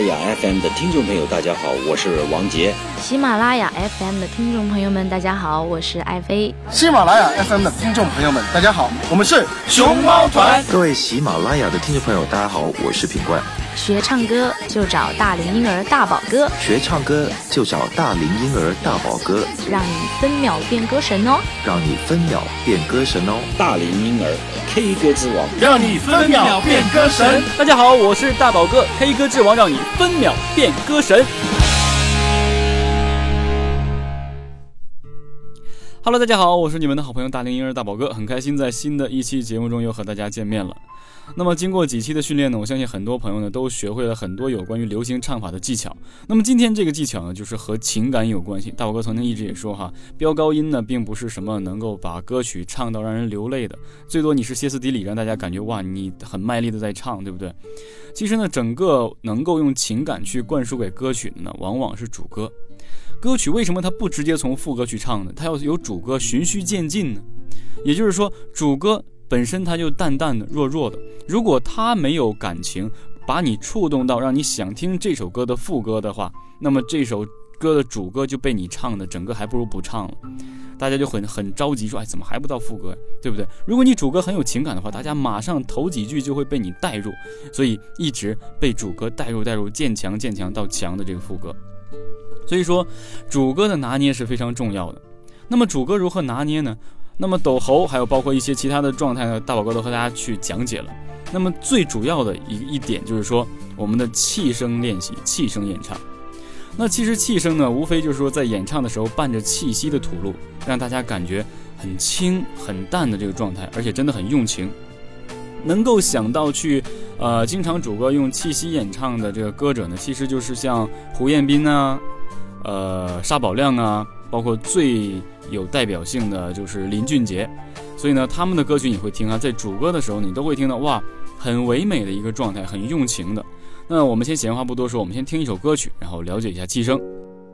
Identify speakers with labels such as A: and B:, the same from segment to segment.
A: 雅 FM 的听众朋友大家好，我是王杰。
B: 喜马拉雅 FM 的听众朋友们大家好，我是爱妃。
C: 喜马拉雅 FM 的听众朋友们大家好，我们是熊猫团。
D: 各位喜马拉雅的听众朋友大家好，我是品冠。
B: 学唱歌就找大龄婴儿大宝哥，
D: 学唱歌就找大龄婴儿大宝哥，
B: 让你分秒变歌神哦，
D: 让你分秒变歌神哦。
A: 大龄婴儿 K 歌之王，
C: 让你分秒变歌神。
E: 大家好，我是大宝哥 K 歌之王，让你分秒变歌神。Hello， 大家好，我是你们的好朋友大龄婴儿大宝哥，很开心在新的一期节目中又和大家见面了。那么经过几期的训练呢，我相信很多朋友呢都学会了很多有关于流行唱法的技巧。那么今天这个技巧呢，就是和情感有关系。大宝哥曾经一直也说哈，飙高音呢并不是什么能够把歌曲唱到让人流泪的，最多你是歇斯底里，让大家感觉哇你很卖力的在唱，对不对？其实呢，整个能够用情感去灌输给歌曲的呢，往往是主歌。歌曲为什么它不直接从副歌去唱呢？它要有主歌循序渐进呢？也就是说，主歌本身它就淡淡的弱弱的，如果它没有感情把你触动到让你想听这首歌的副歌的话，那么这首歌的主歌就被你唱的整个还不如不唱了，大家就很着急说，哎，怎么还不到副歌，对不对？如果你主歌很有情感的话，大家马上头几句就会被你带入，所以一直被主歌带入渐强到强的这个副歌。所以说主歌的拿捏是非常重要的。那么主歌如何拿捏呢？那么抖喉还有包括一些其他的状态呢，大宝哥都和大家去讲解了。那么最主要的一点就是说我们的气声练习，气声演唱。那其实气声呢，无非就是说在演唱的时候伴着气息的吐露，让大家感觉很轻很淡的这个状态，而且真的很用情。能够想到去经常主歌用气息演唱的这个歌者呢，其实就是像胡彦斌啊沙宝亮啊，包括最有代表性的就是林俊杰。所以呢他们的歌曲你会听啊，在主歌的时候你都会听到哇很唯美的一个状态，很用情的。那我们先闲话不多说，我们先听一首歌曲，然后了解一下气声。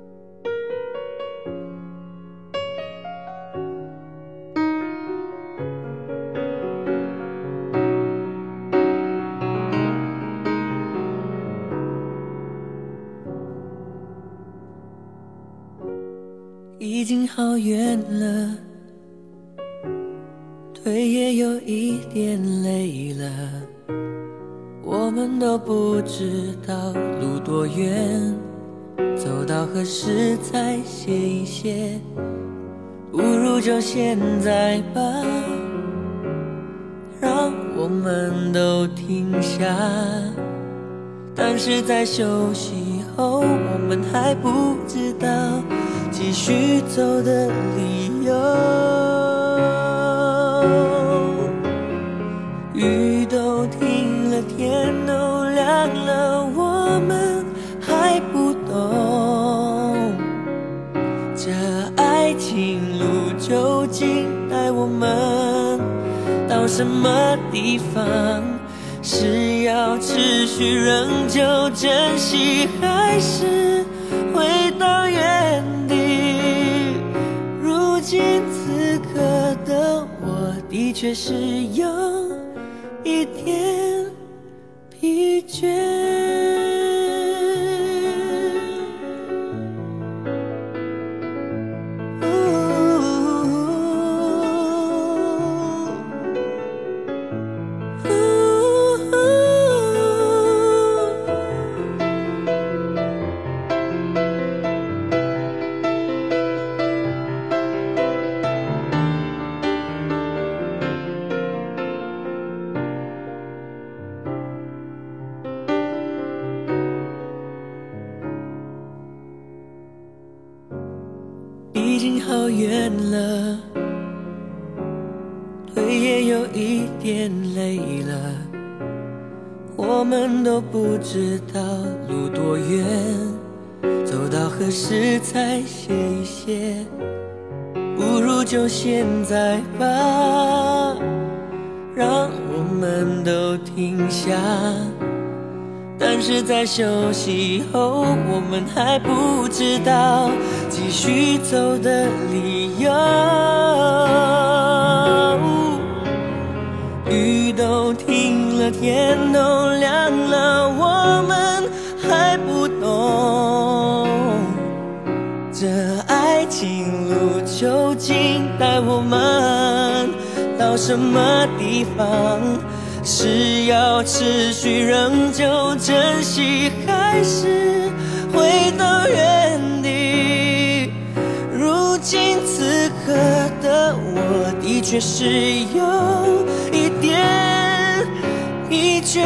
F: 已经好远了，腿也有一点累了，我们都不知道路多远，走到何时才歇一歇，不如就现在吧，让我们都停下。但是在休息后，我们还不知道继续走的理由。雨都停了，天都亮了，我们还不懂这爱情路究竟带我们到什么地方，是要持续仍旧珍惜，还是回到原地？如今此刻的我的确是有一点疲倦。已经好远了，腿也有一点累了，我们都不知道路多远，走到何时才歇一歇，不如就现在吧，让我们都停下。但是在休息后，我们还不知道继续走的理由。雨都停了，天都亮了，我们还究竟带我们到什么地方？是要持续仍旧珍惜，还是回到原地？如今此刻的我的确是有一点疲倦。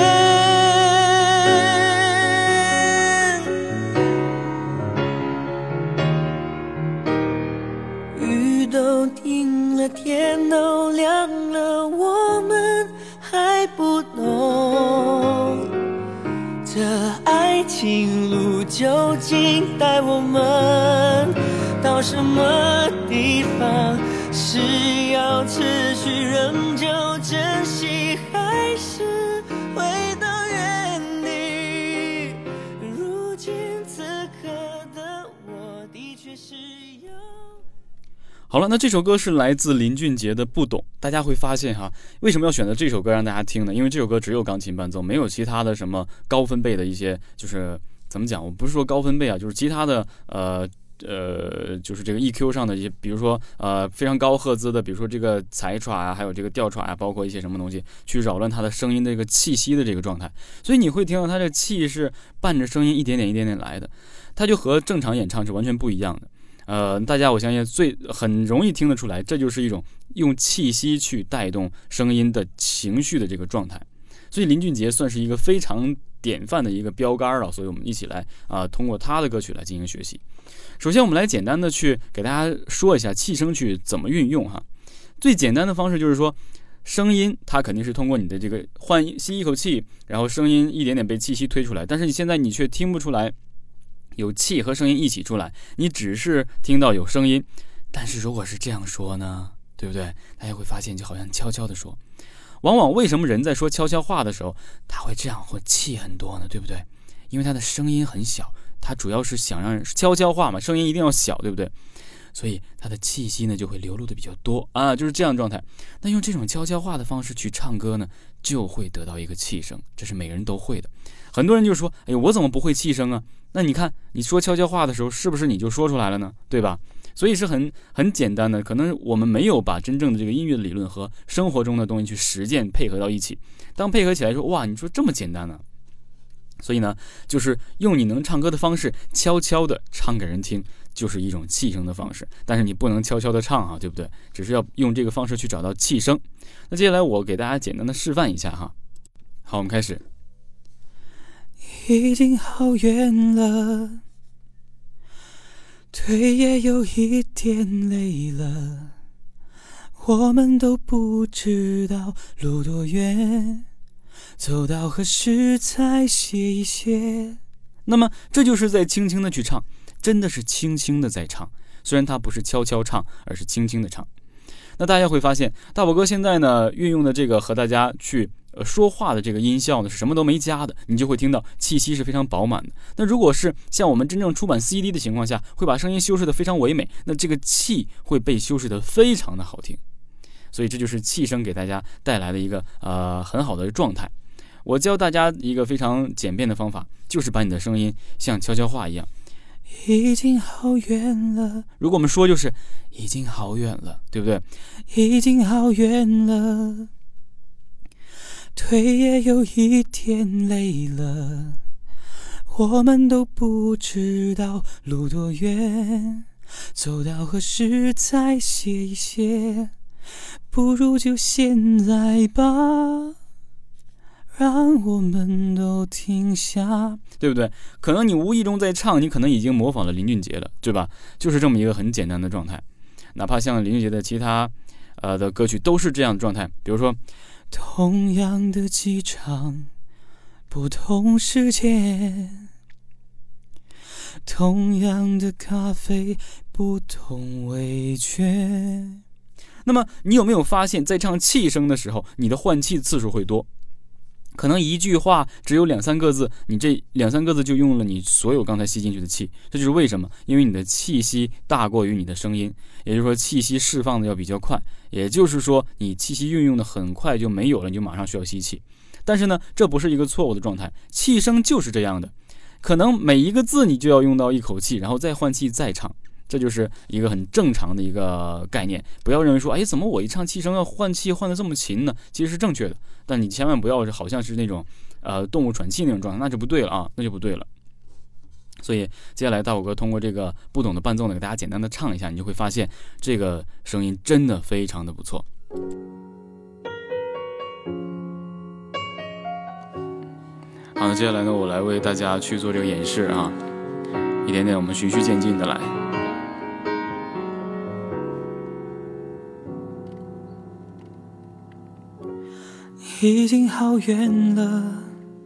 F: 雨都停了，天都亮了，我们还不懂这爱情路究竟带我们到什么地方？是要持续仍旧珍惜，还是回到原地？如今此刻的我的确是有。
E: 好了，那这首歌是来自林俊杰的《不懂》。大家会发现哈，为什么要选择这首歌让大家听呢？因为这首歌只有钢琴伴奏，没有其他的什么高分贝的一些，就是怎么讲？我不是说高分贝啊，就是其他的就是这个 EQ 上的一些，比如说非常高赫兹的，比如说这个财镲啊，还有这个调镲啊，包括一些什么东西去扰乱它的声音的这个气息的这个状态。所以你会听到它的气是伴着声音一点点一点点来的，它就和正常演唱是完全不一样的。大家我相信很容易听得出来，这就是一种用气息去带动声音的情绪的这个状态。所以林俊杰算是一个非常典范的一个标杆了，所以我们一起来通过他的歌曲来进行学习。首先我们来简单的去给大家说一下气声去怎么运用哈。最简单的方式就是说，声音它肯定是通过你的这个吸一口气，然后声音一点点被气息推出来，但是现在你却听不出来有气和声音一起出来，你只是听到有声音。但是如果是这样说呢，对不对？大家会发现就好像悄悄的说，往往为什么人在说悄悄话的时候他会这样，会气很多呢？对不对？因为他的声音很小，他主要是想让人悄悄话嘛，声音一定要小，对不对？所以他的气息呢就会流露的比较多啊，就是这样的状态。那用这种悄悄话的方式去唱歌呢，就会得到一个气声，这是每个人都会的。很多人就说，哎，我怎么不会气声啊？那你看你说悄悄话的时候，是不是你就说出来了呢？对吧？所以是很简单的，可能我们没有把真正的这个音乐理论和生活中的东西去实践配合到一起。当配合起来说，哇，你说这么简单呢？所以呢，就是用你能唱歌的方式，悄悄的唱给人听，就是一种气声的方式。但是你不能悄悄的唱啊，对不对？只是要用这个方式去找到气声。那接下来我给大家简单的示范一下哈。好，我们开始。
F: 已经好远了，腿也有一点累了，我们都不知道路多远，走到何时才歇一歇。
E: 那么这就是在轻轻的去唱，真的是轻轻的在唱，虽然它不是悄悄唱，而是轻轻的唱。那大家会发现大宝哥现在呢运用的这个和大家去说话的这个音效呢是什么都没加的，你就会听到气息是非常饱满的。那如果是像我们真正出版 CD 的情况下，会把声音修饰得非常唯美，那这个气会被修饰得非常的好听。所以这就是气声给大家带来的一个很好的状态。我教大家一个非常简便的方法，就是把你的声音像悄悄话一样，
F: 已经好远了。
E: 如果我们说就是已经好远了，对不对？
F: 已经好远了，腿也有一点累了，我们都不知道路多远，走到何时才歇一歇，不如就现在吧，让我们都停下，
E: 对不对？可能你无意中在唱，你可能已经模仿了林俊杰了，对吧？就是这么一个很简单的状态。哪怕像林俊杰的其他的歌曲都是这样的状态，比如说
F: 同样的机场，不同时间，同样的咖啡，不同味觉。
E: 那么你有没有发现，在唱气声的时候，你的换气次数会多？可能一句话只有2-3个字，你这2-3个字就用了你所有刚才吸进去的气，这就是为什么？因为你的气息大过于你的声音，也就是说气息释放的要比较快，也就是说你气息运用的很快就没有了，你就马上需要吸气。但是呢，这不是一个错误的状态，气声就是这样的，可能每一个字你就要用到一口气，然后再换气再唱， 这就是一个很正常的一个概念。不要认为说，哎，怎么我一唱气声要换气换得这么勤呢？其实是正确的，但你千万不要好像是那种动物喘气那种状态，那就不对了啊，那就不对了。所以接下来大宝哥通过这个不懂的伴奏呢，给大家简单的唱一下，你就会发现这个声音真的非常的不错。好，那接下来呢，我来为大家去做这个演示啊，一点点我们循序渐进的来。
F: 已经好远了，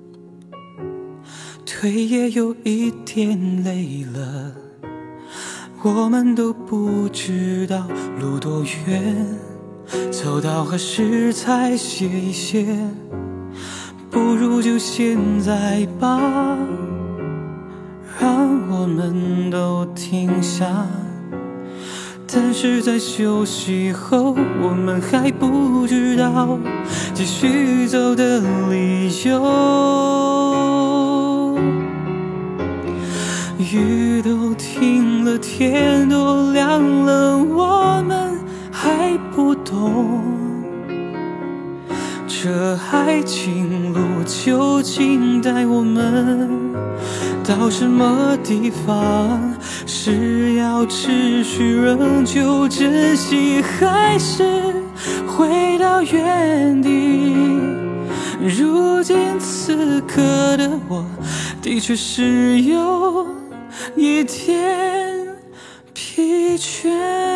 F: 腿也有一点累了，我们都不知道路多远，走到何时才歇一歇，不如就现在吧，让我们都停下。但是在休息后，我们还不知道继续走的理由。雨都停了，天都亮了，我们还不懂这爱情路究竟带我们到什么地方？是要持续仍旧珍惜，还是回到原地？如今此刻的我，的确是有一点疲倦。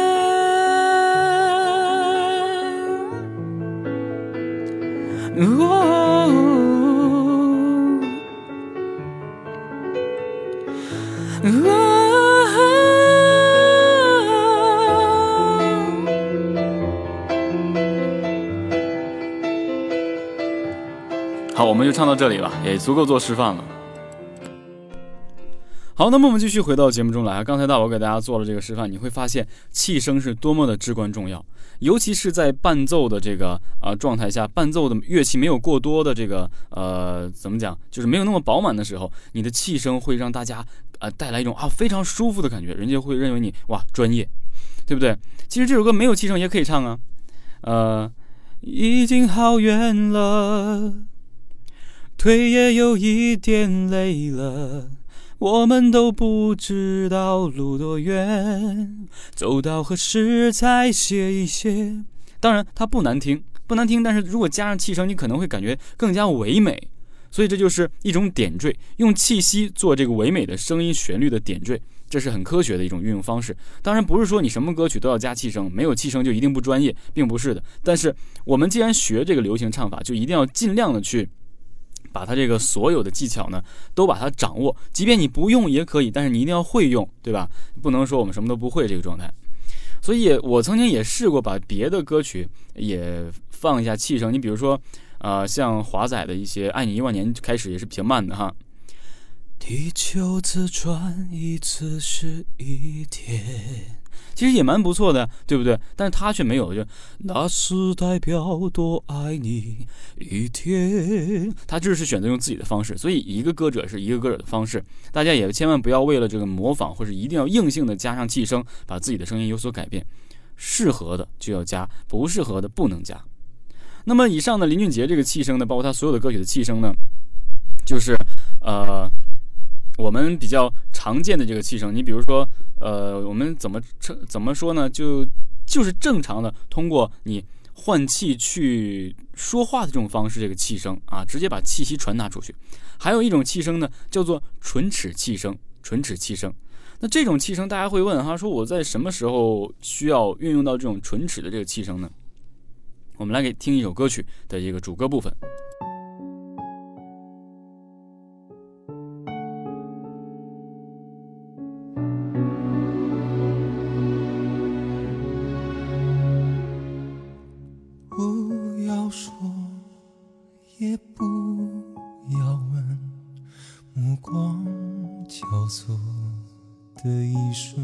E: 好，我们就唱到这里了，也足够做示范了。好，那么我们继续回到节目中来。刚才大宝给大家做了这个示范，你会发现气声是多么的至关重要，尤其是在伴奏的这个状态下，伴奏的乐器没有过多的这个怎么讲，就是没有那么饱满的时候，你的气声会让大家带来一种非常舒服的感觉，人家会认为你哇专业，对不对？其实这首歌没有气声也可以唱啊。已经好远了，腿也有一点累了，我们都不知道路多远，走到何时才歇一歇。当然它不难听，但是如果加上气声，你可能会感觉更加唯美。所以这就是一种点缀，用气息做这个唯美的声音旋律的点缀，这是很科学的一种运用方式。当然不是说你什么歌曲都要加气声，没有气声就一定不专业，并不是的。但是我们既然学这个流行唱法，就一定要尽量的去把它这个所有的技巧呢都把它掌握，即便你不用也可以，但是你一定要会用，对吧？不能说我们什么都不会这个状态。所以我曾经也试过把别的歌曲也放一下气声，你比如说像华仔的一些爱你1万年开始也是比较慢的哈。
F: 地球自转一次是一天，
E: 其实也蛮不错的，对不对？但是他却没有，就那是代表多爱你一天。他就是选择用自己的方式，所以一个歌者是一个歌者的方式，大家也千万不要为了这个模仿或者一定要硬性的加上气声，把自己的声音有所改变。适合的就要加，不适合的不能加。那么以上的林俊杰这个气声呢，包括他所有的歌曲的气声呢，就是我们比较常见的这个气声。你比如说我们怎么说呢，就是正常的通过你换气去说话的这种方式，这个气声直接把气息传达出去。还有一种气声呢叫做唇齿气声，那这种气声大家会问哈，说我在什么时候需要运用到这种唇齿的这个气声呢？我们来给听一首歌曲的这个主歌部分。
F: 不要说，也不要问，目光交错的一瞬，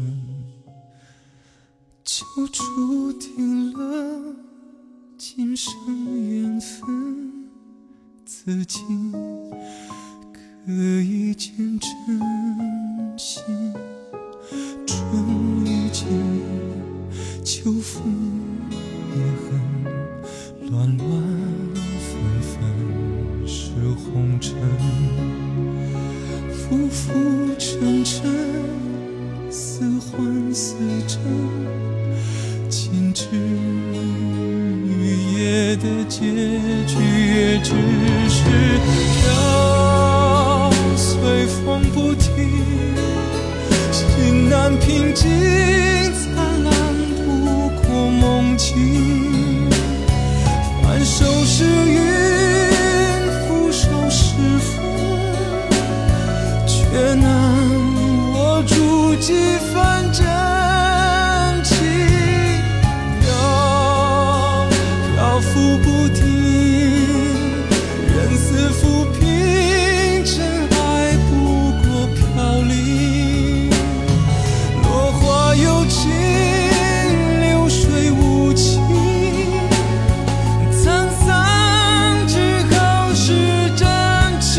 F: 就注定了今生缘分，自己可以见真心，终于舒服也很乱乱纷纷是红尘，浮浮沉沉，似幻似真，情至雨夜的结局也只是飘，随风不停，心难平静，灿烂度过梦境，反手是云，俯首是风，却难握住几分真情，漂浮不停，人似浮萍，真爱不过飘零，落花有情，流水无情，沧桑之后是真情。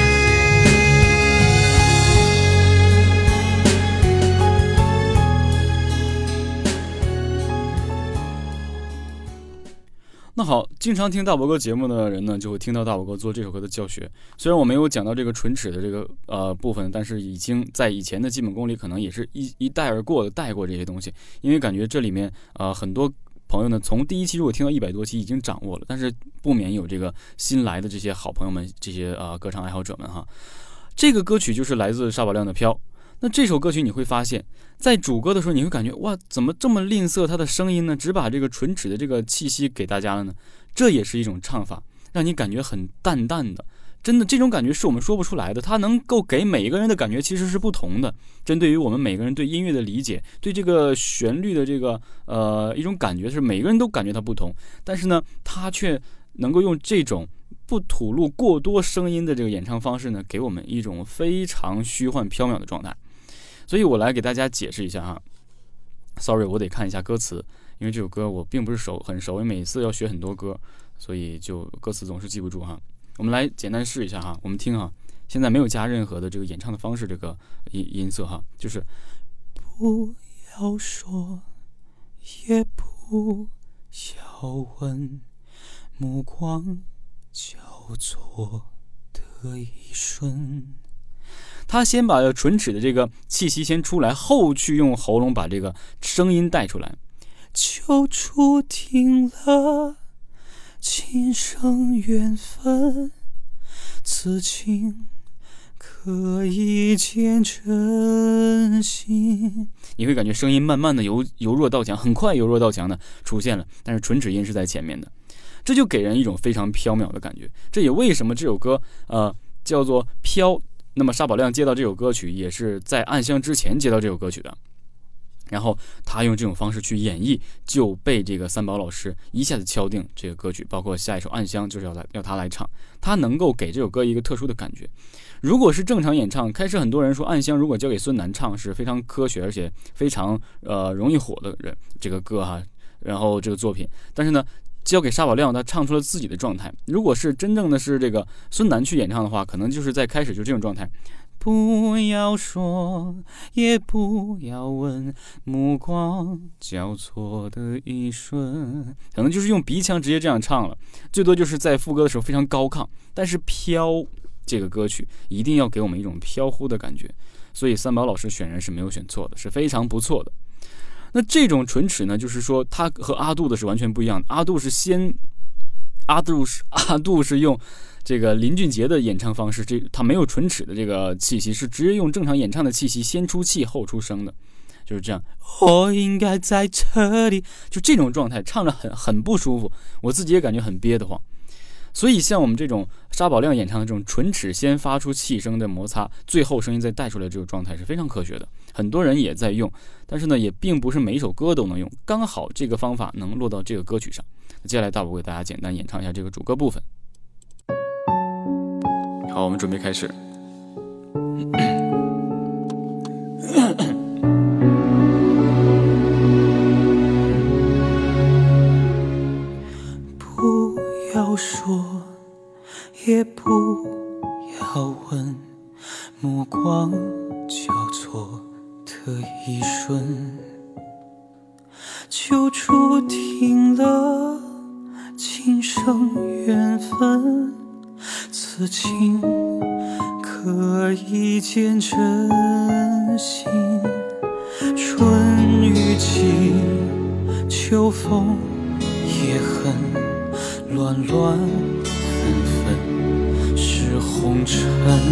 E: 那好，经常听大伯哥节目的人呢，就会听到大伯哥做这首歌的教学。虽然我没有讲到这个唇齿的这个部分，但是已经在以前的基本功里，可能也是一带而过的带过这些东西。因为感觉这里面很多朋友呢，从第一期如果听到100多期已经掌握了，但是不免有这个新来的这些好朋友们，这些歌唱爱好者们哈。这个歌曲就是来自沙宝亮的《飘》。那这首歌曲你会发现，在主歌的时候，你会感觉哇，怎么这么吝啬他的声音呢？只把这个唇齿的这个气息给大家了呢？这也是一种唱法，让你感觉很淡淡的。真的，这种感觉是我们说不出来的，它能够给每一个人的感觉其实是不同的。针对于我们每个人对音乐的理解，对这个旋律的这个一种感觉，是每个人都感觉它不同。但是呢，他却能够用这种不吐露过多声音的这个演唱方式呢，给我们一种非常虚幻缥缈的状态。所以我来给大家解释一下哈。Sorry， 我得看一下歌词，因为这首歌我并不是很熟，因为每次要学很多歌，所以就歌词总是记不住哈。我们来简单试一下哈，我们听哈，现在没有加任何的这个演唱的方式，这个音色哈，就是
F: 不要说，也不要问，目光交错的一瞬。
E: 他先把唇齿的这个气息先出来，后去用喉咙把这个声音带出来。
F: 就注定了今生缘分，此情可以见真心。
E: 你会感觉声音慢慢的由弱到强，很快由弱到强的出现了，但是唇齿音是在前面的，这就给人一种非常缥缈的感觉。这也为什么这首歌叫做飘。那么沙宝亮接到这首歌曲也是在暗香之前接到这首歌曲的，然后他用这种方式去演绎，就被这个三宝老师一下子敲定这个歌曲，包括下一首暗香就是要他来唱，他能够给这首歌一个特殊的感觉。如果是正常演唱，开始很多人说暗香如果交给孙楠唱是非常科学而且非常容易火的人这个歌哈，然后这个作品，但是呢交给沙宝亮，他唱出了自己的状态。如果是真正的是这个孙楠去演唱的话，可能就是在开始就这种状态，
F: 不要说，也不要问，目光交错的一瞬，
E: 可能就是用鼻腔直接这样唱了，最多就是在副歌的时候非常高亢。但是飘这个歌曲一定要给我们一种飘忽的感觉，所以三宝老师选人是没有选错的，是非常不错的。那这种唇齿呢，就是说它和阿杜的是完全不一样的。阿杜是用这个林俊杰的演唱方式，他没有唇齿的这个气息，是直接用正常演唱的气息先出气后出声的，就是这样。
F: 我应该在这里，
E: 就这种状态唱着很不舒服，我自己也感觉很憋得慌。所以像我们这种沙宝亮演唱的这种唇齿先发出气声的摩擦，最后声音再带出来这种状态是非常科学的，很多人也在用，但是呢也并不是每一首歌都能用，刚好这个方法能落到这个歌曲上。接下来大宝为大家简单演唱一下这个主歌部分。好，我们准备开始。
F: 不要说，也不要问，目光交错的一瞬， 就注定了今生缘分，此情可以见真心。春雨季，秋风也恨，乱乱纷纷是红尘，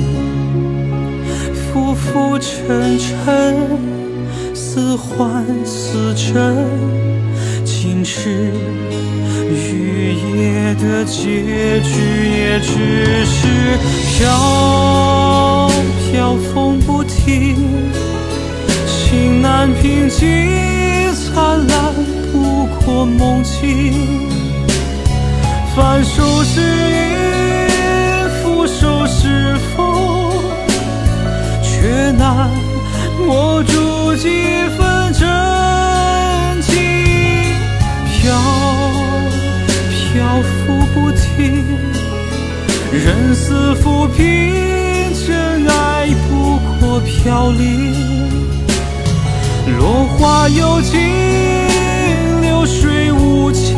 F: 浮浮沉沉，似幻似真，今世雨夜的结局也只是飘飘风不停，情难平静，灿烂不过梦境。反手是云，覆手是风，却难握住几分真情。飘飘浮不停，人似浮萍，真爱不过飘零。落花有情，流水无情，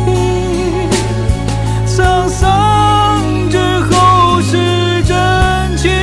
F: 沧桑之后是真情。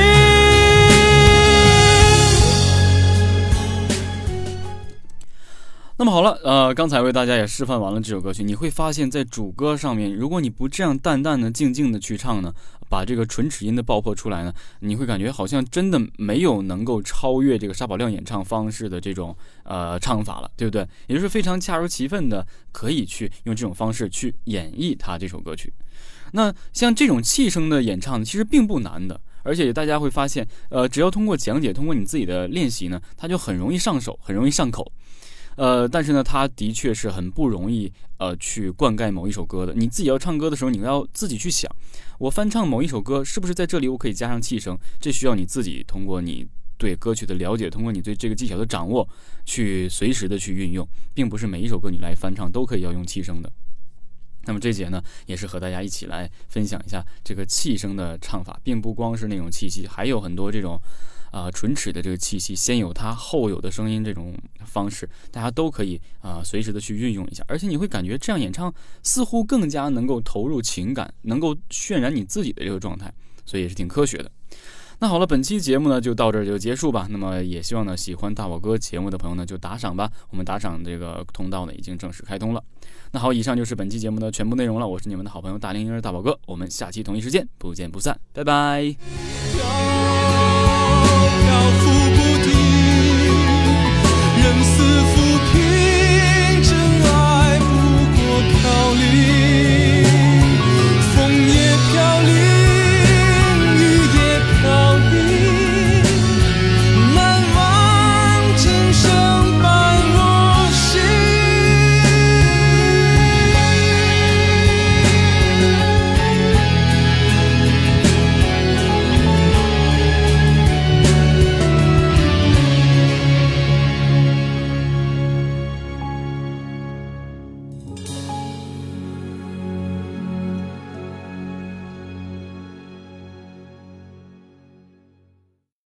E: 那么好了，刚才为大家也示范完了这首歌曲，你会发现在主歌上面，如果你不这样淡淡的、静静的去唱呢，把这个唇齿音的爆破出来呢，你会感觉好像真的没有能够超越这个沙宝亮演唱方式的这种唱法了，对不对？也就是非常恰如其分的，可以去用这种方式去演绎它这首歌曲。那像这种气声的演唱其实并不难的，而且大家会发现，只要通过讲解，通过你自己的练习呢，它就很容易上手，很容易上口。但是呢，它的确是很不容易去灌溉某一首歌的。你自己要唱歌的时候，你要自己去想，我翻唱某一首歌，是不是在这里我可以加上气声？这需要你自己通过你对歌曲的了解，通过你对这个技巧的掌握，去随时的去运用，并不是每一首歌你来翻唱都可以要用气声的。那么这节呢，也是和大家一起来分享一下这个气声的唱法，并不光是那种气息，还有很多这种唇齿的这个气息，先有它后有的声音，这种方式大家都可以随时的去运用一下，而且你会感觉这样演唱似乎更加能够投入情感，能够渲染你自己的这个状态，所以也是挺科学的。那好了，本期节目呢就到这儿就结束吧。那么也希望呢喜欢大宝哥节目的朋友呢就打赏吧，我们打赏这个通道呢已经正式开通了。那好，以上就是本期节目的全部内容了，我是你们的好朋友大龄婴儿大宝哥，我们下期同一时间不见不散，拜拜。
F: 飘飘浮不定，人似